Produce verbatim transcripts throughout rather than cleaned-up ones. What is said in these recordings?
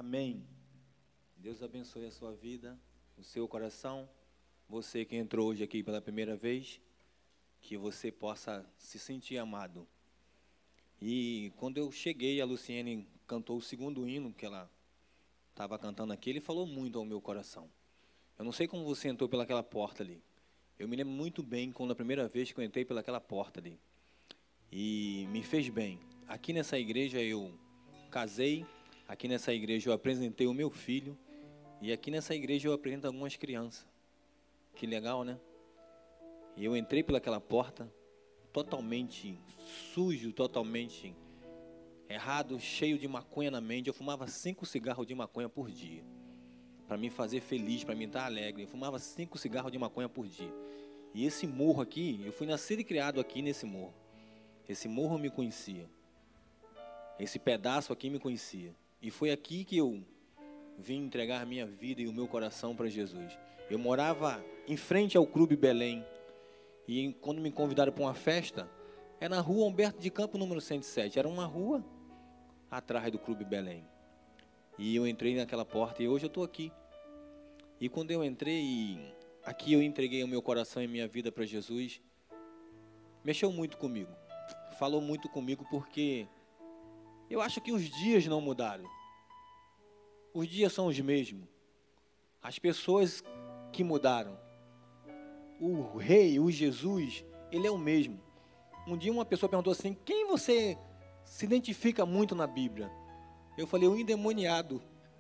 Amém. Deus abençoe a sua vida, o seu coração. Você que entrou hoje aqui pela primeira vez, que você possa se sentir amado. E quando eu cheguei, a Luciene cantou o segundo hino que ela estava cantando aqui, ele falou muito ao meu coração. Eu não sei como você entrou pelaquela porta ali. Eu me lembro muito bem quando a primeira vez que eu entrei pelaquela porta ali. E me fez bem. Aqui nessa igreja eu casei, aqui nessa igreja eu apresentei o meu filho, e aqui nessa igreja eu apresento algumas crianças. Que legal, né? E eu entrei pelaquela porta, totalmente sujo, totalmente errado, cheio de maconha na mente. Eu fumava cinco cigarros de maconha por dia, para me fazer feliz, para me estar alegre. Eu fumava cinco cigarros de maconha por dia. E esse morro aqui, eu fui nascido e criado aqui nesse morro. Esse morro me conhecia. Esse pedaço aqui me conhecia. E foi aqui que eu vim entregar a minha vida e o meu coração para Jesus. Eu morava em frente ao Clube Belém. E quando me convidaram para uma festa, era na rua Humberto de Campos, número cento e sete. Era uma rua atrás do Clube Belém. E eu entrei naquela porta e hoje eu estou aqui. E quando eu entrei, aqui eu entreguei o meu coração e a minha vida para Jesus, mexeu muito comigo. Falou muito comigo porque eu acho que os dias não mudaram. Os dias são os mesmos. As pessoas que mudaram. O rei, o Jesus, ele é o mesmo. Um dia uma pessoa perguntou assim, quem você se identifica muito na Bíblia? Eu falei, o endemoniado.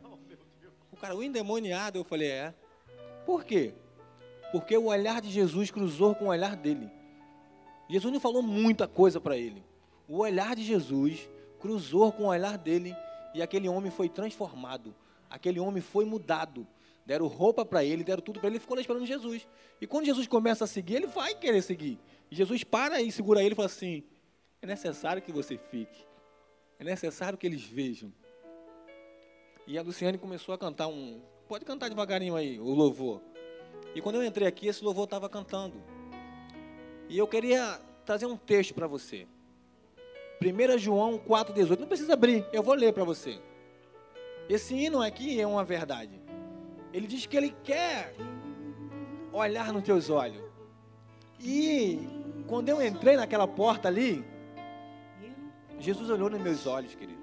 O cara, o endemoniado, eu falei, é. Por quê? Porque o olhar de Jesus cruzou com o olhar dele. Jesus não falou muita coisa para ele. O olhar de Jesus cruzou com o olhar dele e aquele homem foi transformado. Aquele homem foi mudado. Deram roupa para ele, deram tudo para ele, ele ficou lá esperando Jesus. E quando Jesus começa a seguir, ele vai querer seguir. E Jesus para e segura ele e fala assim, é necessário que você fique. É necessário que eles vejam. E a Luciane começou a cantar um... Pode cantar devagarinho aí, o louvor. E quando eu entrei aqui, esse louvor estava cantando. E eu queria trazer um texto para você. primeiro João quatro, dezoito. Não precisa abrir, eu vou ler para você. Esse hino aqui é uma verdade. Ele diz que ele quer olhar nos teus olhos. E quando eu entrei naquela porta ali, Jesus olhou nos meus olhos, querido.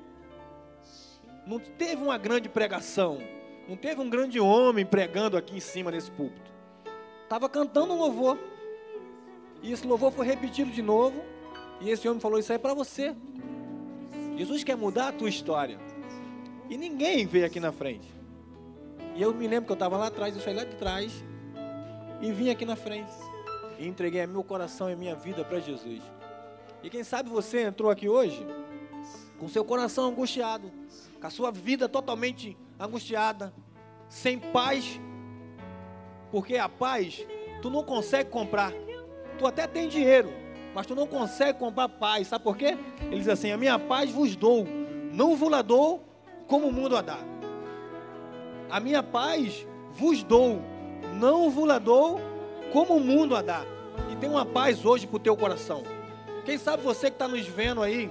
Não teve uma grande pregação. Não teve um grande homem pregando aqui em cima desse púlpito. Estava cantando um louvor. E esse louvor foi repetido de novo. E esse homem falou, isso aí é para você. Jesus quer mudar a tua história. E ninguém veio aqui na frente. E eu me lembro que eu estava lá atrás, eu saí lá de trás. E vim aqui na frente. E entreguei meu coração e minha vida para Jesus. E quem sabe você entrou aqui hoje com seu coração angustiado, com a sua vida totalmente angustiada, sem paz. Porque a paz, tu não consegue comprar. Tu até tem dinheiro, mas tu não consegue comprar paz. Sabe por quê? Ele diz assim, a minha paz vos dou, não vos la dou como o mundo a dá. A minha paz vos dou, não vos la dou como o mundo a dá. E tem uma paz hoje para o teu coração. Quem sabe você que está nos vendo aí,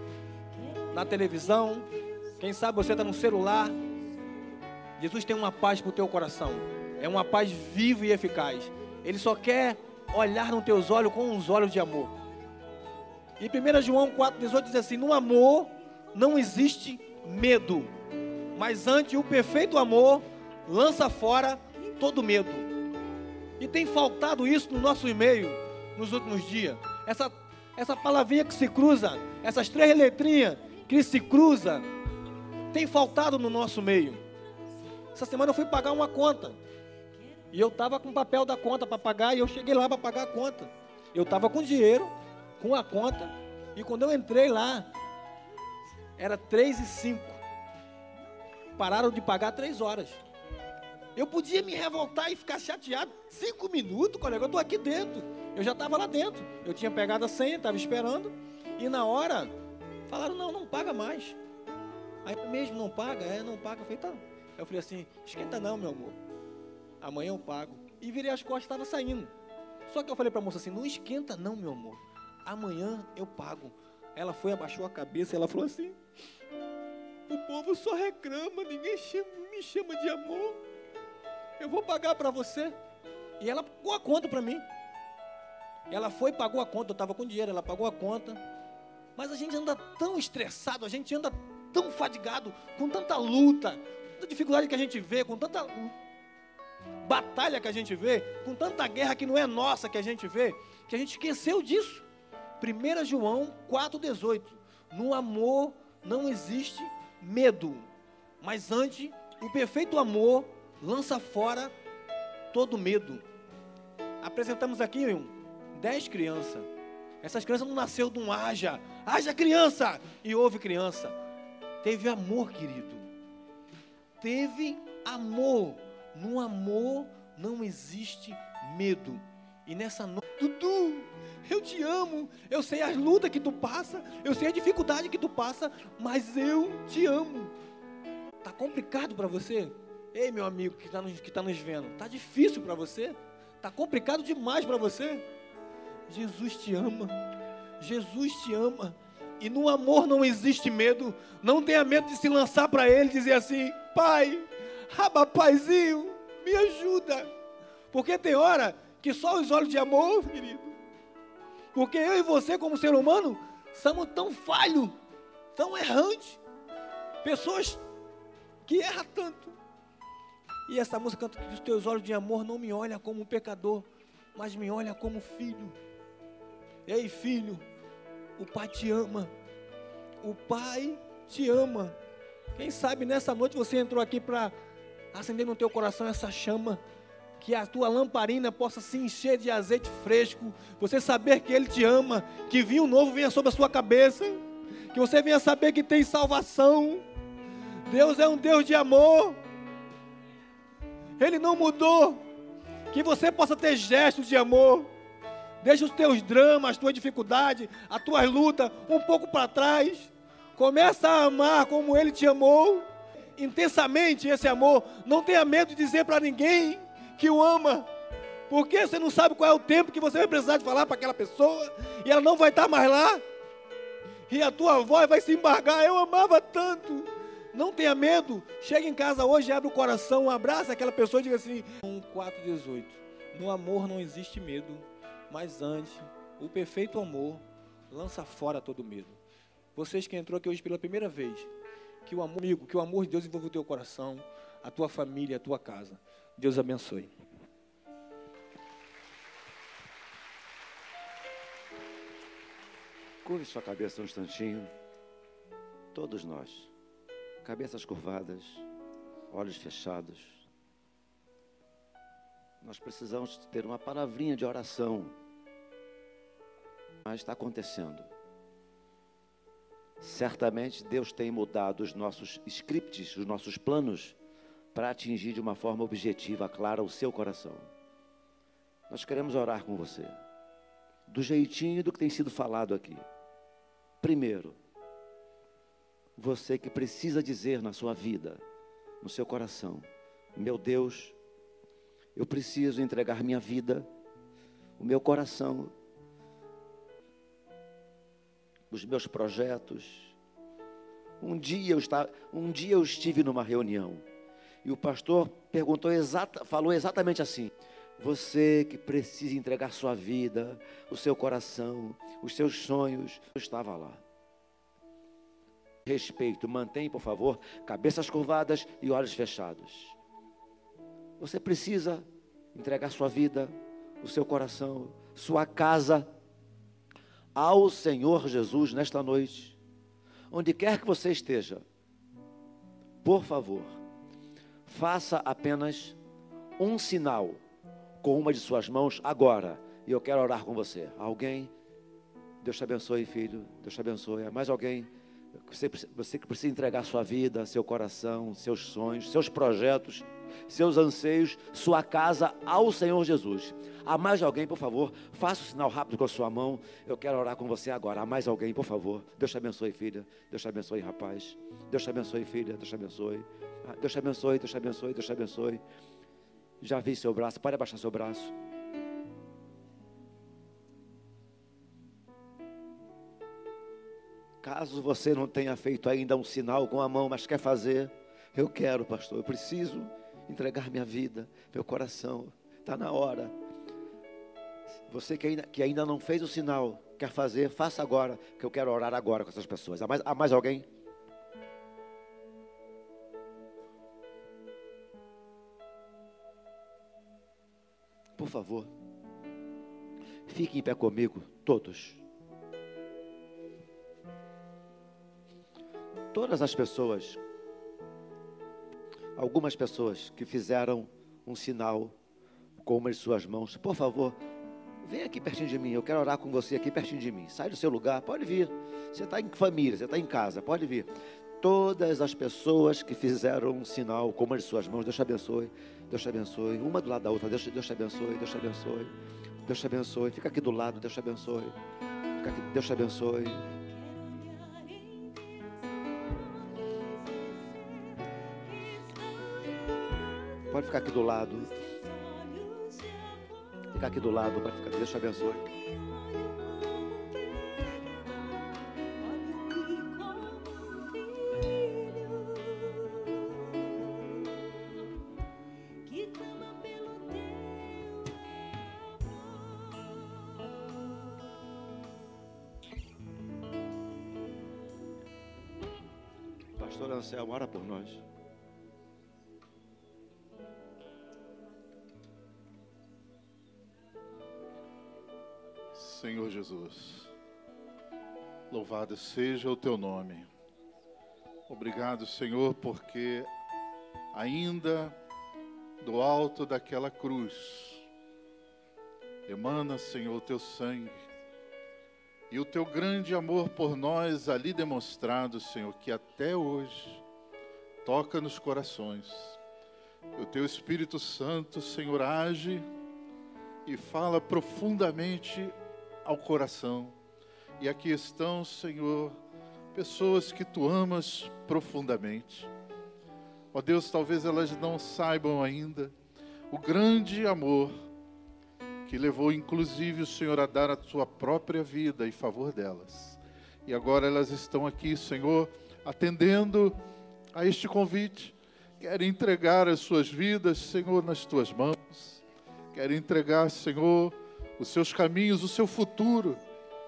na televisão, quem sabe você está no celular, Jesus tem uma paz para o teu coração. É uma paz viva e eficaz. Ele só quer olhar nos teus olhos com os olhos de amor. E primeiro João quatro, dezoito diz assim, no amor não existe medo, mas antes o perfeito amor lança fora todo medo. E tem faltado isso no nosso e-mail nos últimos dias. Essa, essa palavrinha que se cruza, essas três letrinhas que se cruzam, tem faltado no nosso meio. Essa semana eu fui pagar uma conta. E eu estava com o papel da conta para pagar, e eu cheguei lá para pagar a conta. Eu estava com dinheiro, com a conta, e quando eu entrei lá, era três e cinco. Pararam de pagar três horas. Eu podia me revoltar e ficar chateado. Cinco minutos, colega, eu estou aqui dentro. Eu já estava lá dentro. Eu tinha pegado a senha, estava esperando, e na hora, falaram, não, não paga mais. Aí mesmo não paga? É, não paga. Eu falei, tá. Eu falei assim, esquenta não, meu amor. Amanhã eu pago. E virei as costas e estava saindo. Só que eu falei para a moça assim, não esquenta não, meu amor. Amanhã eu pago. Ela foi, abaixou a cabeça e ela falou assim, O povo só reclama, ninguém chama, me chama de amor. Eu vou pagar para você. E ela pagou a conta para mim. Ela foi e pagou a conta, eu estava com dinheiro, ela pagou a conta. Mas a gente anda tão estressado, a gente anda tão fadigado, com tanta luta, com tanta dificuldade que a gente vê, com tanta batalha que a gente vê, com tanta guerra que não é nossa que a gente vê, que a gente esqueceu disso. primeiro João quatro, dezoito. No amor não existe medo, mas antes o perfeito amor lança fora todo medo. Apresentamos aqui um, dez crianças. Essas crianças não nasceram de um haja, haja criança, e houve criança. Teve amor, querido. Teve amor. No amor não existe medo. E nessa noite, Dudu, eu te amo. Eu sei as lutas que tu passa, eu sei a dificuldade que tu passa, mas eu te amo. Tá complicado para você? Ei, meu amigo que está nos, que tá nos vendo, tá difícil para você? Tá complicado demais para você? Jesus te ama. Jesus te ama. E no amor não existe medo. Não tenha medo de se lançar para Ele e dizer assim: Pai, Aba, Paizinho, me ajuda. Porque tem hora que só os olhos de amor, querido. Porque eu e você, como ser humano, somos tão falhos, tão errantes. Pessoas que erram tanto. E essa música canta que os teus olhos de amor não me olham como um pecador, mas me olham como filho. Ei, filho, o Pai te ama. O Pai te ama. Quem sabe nessa noite você entrou aqui para acender no teu coração essa chama, que a tua lamparina possa se encher de azeite fresco, você saber que Ele te ama, que vinho novo venha sobre a sua cabeça, que você venha saber que tem salvação. Deus é um Deus de amor. Ele não mudou. Que você possa ter gestos de amor. Deixa os teus dramas, as tuas dificuldades, as tuas lutas um pouco para trás. Começa a amar como Ele te amou, intensamente esse amor. Não tenha medo de dizer para ninguém que o ama, porque você não sabe qual é o tempo que você vai precisar de falar para aquela pessoa, e ela não vai estar mais lá, e a tua voz vai se embargar. Eu amava tanto. Não tenha medo. Chega em casa hoje, abre o coração, abraça aquela pessoa e diga assim: quatro, dezoito. No amor não existe medo, mas antes o perfeito amor lança fora todo medo. Vocês que entrou aqui hoje pela primeira vez, que o amor, amigo, que o amor de Deus envolva o teu coração, a tua família, a tua casa. Deus abençoe. Curve sua cabeça um instantinho. Todos nós, cabeças curvadas, olhos fechados. Nós precisamos ter uma palavrinha de oração. Mas está acontecendo. Certamente Deus tem mudado os nossos scripts, os nossos planos, para atingir de uma forma objetiva, clara, o seu coração. Nós queremos orar com você, do jeitinho do que tem sido falado aqui. Primeiro, você que precisa dizer na sua vida, no seu coração: meu Deus, eu preciso entregar minha vida, o meu coração, os meus projetos. Um dia eu, estava, um dia eu estive numa reunião, e o pastor perguntou exata, falou exatamente assim: você que precisa entregar sua vida, o seu coração, os seus sonhos. Eu estava lá. Respeito, mantém, por favor, cabeças curvadas e olhos fechados. Você precisa entregar sua vida, o seu coração, sua casa ao Senhor Jesus nesta noite. Onde quer que você esteja, por favor, faça apenas um sinal com uma de suas mãos agora, e eu quero orar com você. Alguém? Deus te abençoe, filho. Deus te abençoe. Mais alguém? Você, você que precisa entregar sua vida, seu coração, seus sonhos, seus projetos, seus anseios, sua casa ao Senhor Jesus. Há mais alguém, por favor? Faça o sinal rápido com a sua mão. Eu quero orar com você agora. Há mais alguém, por favor? Deus te abençoe, filha. Deus te abençoe, rapaz. Deus te abençoe, filha. Deus te abençoe. Deus te abençoe, Deus te abençoe, Deus te abençoe. Já vi seu braço. Pode abaixar seu braço. Caso você não tenha feito ainda um sinal com a mão, mas quer fazer, eu quero, pastor, eu preciso entregar minha vida, meu coração, está na hora. Você que ainda, que ainda não fez o sinal, quer fazer, faça agora, que eu quero orar agora com essas pessoas. Há mais, há mais alguém? Por favor, fiquem em pé comigo, todos. Todas as pessoas, algumas pessoas que fizeram um sinal com uma de suas mãos, por favor, vem aqui pertinho de mim, eu quero orar com você aqui pertinho de mim. Sai do seu lugar, pode vir. Você está em família, você está em casa, pode vir. Todas as pessoas que fizeram um sinal com uma de suas mãos, Deus te abençoe, Deus te abençoe. Uma do lado da outra, Deus, Deus te abençoe, Deus te abençoe, Deus te abençoe. Fica aqui do lado, Deus te abençoe. Fica aqui, Deus te abençoe. Pode ficar aqui do lado. Fica aqui do lado, pode ficar. Deus te abençoe. Pastor Anselmo, ora por nós. Senhor Jesus, louvado seja o teu nome. Obrigado, Senhor, porque ainda do alto daquela cruz emana, Senhor, o teu sangue e o teu grande amor por nós ali demonstrado, Senhor, que até hoje toca nos corações. O teu Espírito Santo, Senhor, age e fala profundamente ao coração. E aqui estão, Senhor, pessoas que tu amas profundamente. Ó Deus, talvez elas não saibam ainda o grande amor que levou inclusive o Senhor a dar a sua própria vida em favor delas. E agora elas estão aqui, Senhor, atendendo a este convite. Querem entregar as suas vidas, Senhor, nas tuas mãos. Querem entregar, Senhor, os seus caminhos, o seu futuro,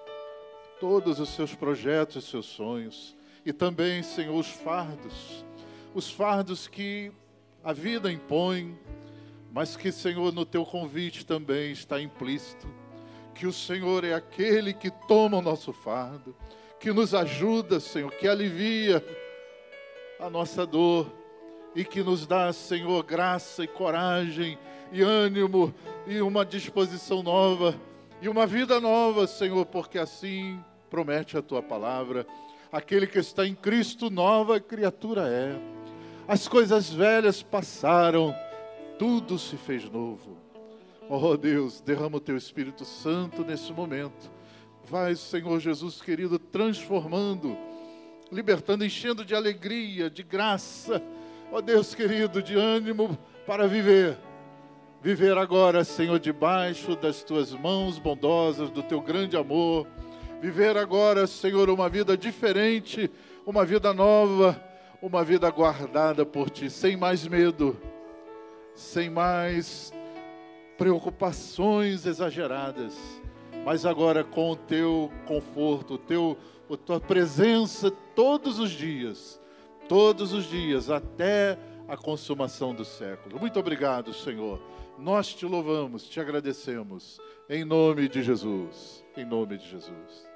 todos os seus projetos e seus sonhos. E também, Senhor, os fardos, os fardos que a vida impõe, mas que, Senhor, no teu convite também está implícito, que o Senhor é aquele que toma o nosso fardo, que nos ajuda, Senhor, que alivia a nossa dor e que nos dá, Senhor, graça e coragem e ânimo e uma disposição nova e uma vida nova, Senhor, porque assim promete a tua palavra. Aquele que está em Cristo, nova criatura é. As coisas velhas passaram, tudo se fez novo. Oh Deus, derrama o teu Espírito Santo nesse momento. Vai, Senhor Jesus querido, transformando, libertando, enchendo de alegria, de graça. Oh Deus querido, de ânimo para viver. Viver agora, Senhor, debaixo das tuas mãos bondosas, do teu grande amor. Viver agora, Senhor, uma vida diferente, uma vida nova, uma vida guardada por ti, sem mais medo, sem mais preocupações exageradas, mas agora com o teu conforto, o teu, a tua presença todos os dias, todos os dias, até a consumação do século. Muito obrigado, Senhor. Nós te louvamos, te agradecemos, em nome de Jesus, em nome de Jesus.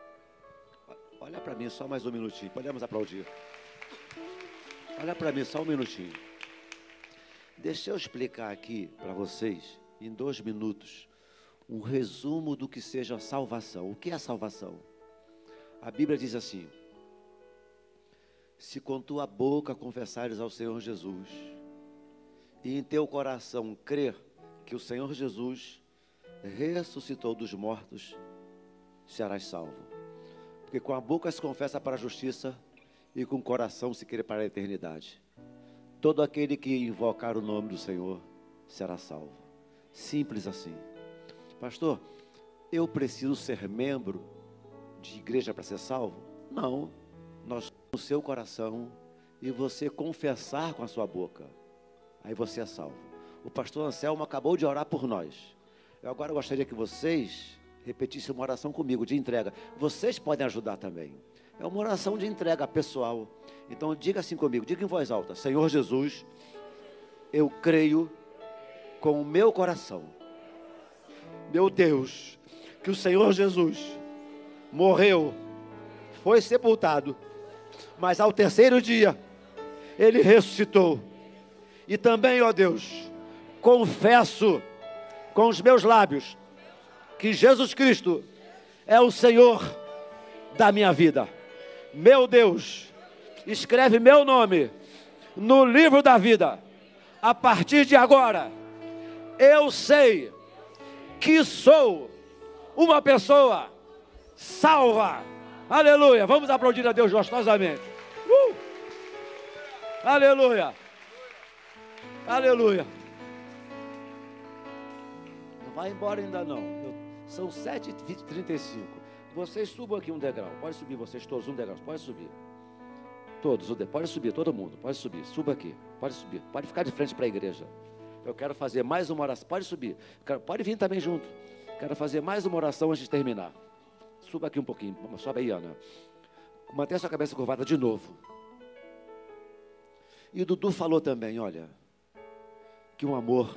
Olha para mim só mais um minutinho, podemos aplaudir. Olha para mim só um minutinho. Deixa eu explicar aqui para vocês, em dois minutos, um resumo do que seja salvação. O que é salvação? A Bíblia diz assim: se com tua boca confessares ao Senhor Jesus, e em teu coração crer que o Senhor Jesus ressuscitou dos mortos, serás salvo. Porque com a boca se confessa para a justiça, e com o coração se crê para a eternidade. Todo aquele que invocar o nome do Senhor será salvo. Simples assim. Pastor, eu preciso ser membro de igreja para ser salvo? Não, nós no seu coração e você confessar com a sua boca, aí você é salvo. O pastor Anselmo acabou de orar por nós. Eu agora gostaria que vocês repetissem uma oração comigo de entrega. Vocês podem ajudar também. É uma oração de entrega pessoal. Então diga assim comigo, diga em voz alta: Senhor Jesus, eu creio com o meu coração, meu Deus, que o Senhor Jesus morreu, foi sepultado, mas ao terceiro dia Ele ressuscitou. E também, ó Deus, confesso com os meus lábios que Jesus Cristo é o Senhor da minha vida. Meu Deus, escreve meu nome no livro da vida. A partir de agora, eu sei que sou uma pessoa salva. Aleluia. Vamos aplaudir a Deus gostosamente. Uh! Aleluia. Aleluia. Não vai embora ainda não. Eu, são sete e trinta e cinco. Vocês subam aqui um degrau. Pode subir vocês todos um degrau. Pode subir. Todos. Pode subir, todo mundo. Pode subir. Suba aqui. Pode subir. Pode ficar de frente para a igreja. Eu quero fazer mais uma oração. Pode subir. Pode vir também junto. Quero fazer mais uma oração antes de terminar. Suba aqui um pouquinho. Sobe aí, Ana. Mantenha sua cabeça curvada de novo. E o Dudu falou também, olha, que o amor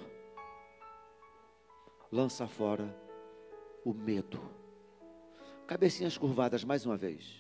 lança fora o medo. Cabecinhas curvadas mais uma vez.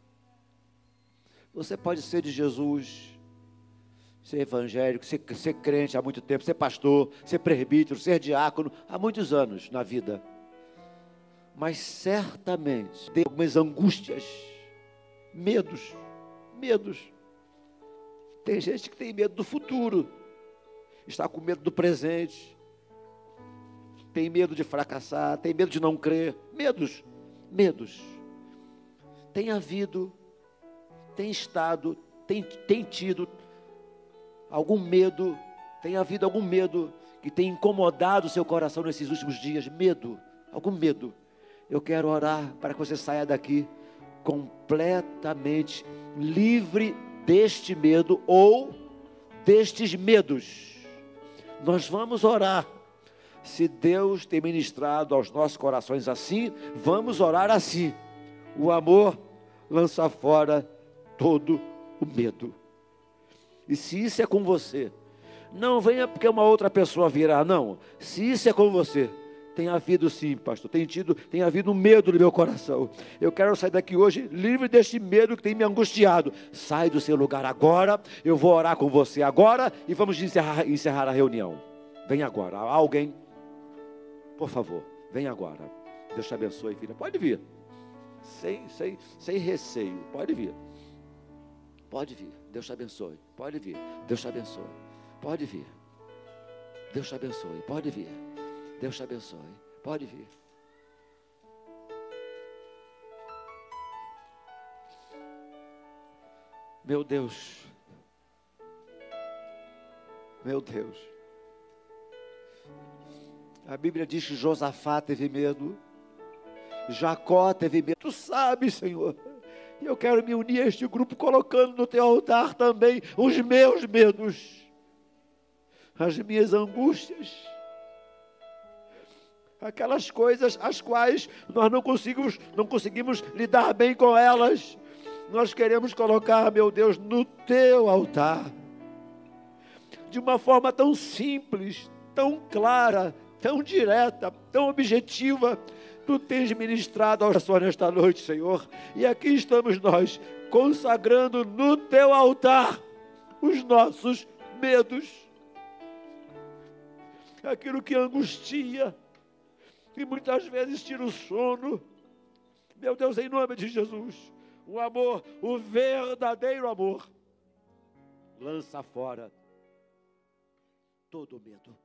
Você pode ser de Jesus, ser evangélico, ser, ser crente há muito tempo, ser pastor, ser presbítero, ser diácono, há muitos anos na vida. Mas certamente tem algumas angústias, medos, medos. Tem gente que tem medo do futuro, está com medo do presente, tem medo de fracassar, tem medo de não crer, medos, medos. Tem havido, tem estado, tem, tem tido algum medo, tem havido algum medo que tem incomodado o seu coração nesses últimos dias, medo, algum medo. Eu quero orar para que você saia daqui completamente livre deste medo ou destes medos. Nós vamos orar. Se Deus tem ministrado aos nossos corações assim, vamos orar assim. O amor lança fora todo o medo. E se isso é com você, não venha porque uma outra pessoa virá, não. Se isso é com você, tem havido sim, pastor, tem tido, tem havido um medo no meu coração. Eu quero sair daqui hoje livre deste medo que tem me angustiado. Sai do seu lugar agora, eu vou orar com você agora e vamos encerrar, encerrar a reunião. Vem agora, alguém, por favor, vem agora. Deus te abençoe, filha, pode vir, sem, sem, sem receio, pode vir. Pode vir, Deus te abençoe, pode vir, Deus te abençoe, pode vir. Deus te abençoe, pode vir. Deus te abençoe. Pode vir. Meu Deus. Meu Deus. A Bíblia diz que Josafá teve medo. Jacó teve medo. Tu sabes, Senhor. E eu quero me unir a este grupo colocando no teu altar também os meus medos. As minhas angústias. Aquelas coisas as quais nós não conseguimos, não conseguimos lidar bem com elas, nós queremos colocar, meu Deus, no teu altar, de uma forma tão simples, tão clara, tão direta, tão objetiva. Tu tens ministrado aos pessoas nesta noite, Senhor, e aqui estamos nós, consagrando no teu altar os nossos medos, aquilo que angustia, e muitas vezes tira o sono. Meu Deus, em nome de Jesus, o amor, o verdadeiro amor, lança fora todo o medo.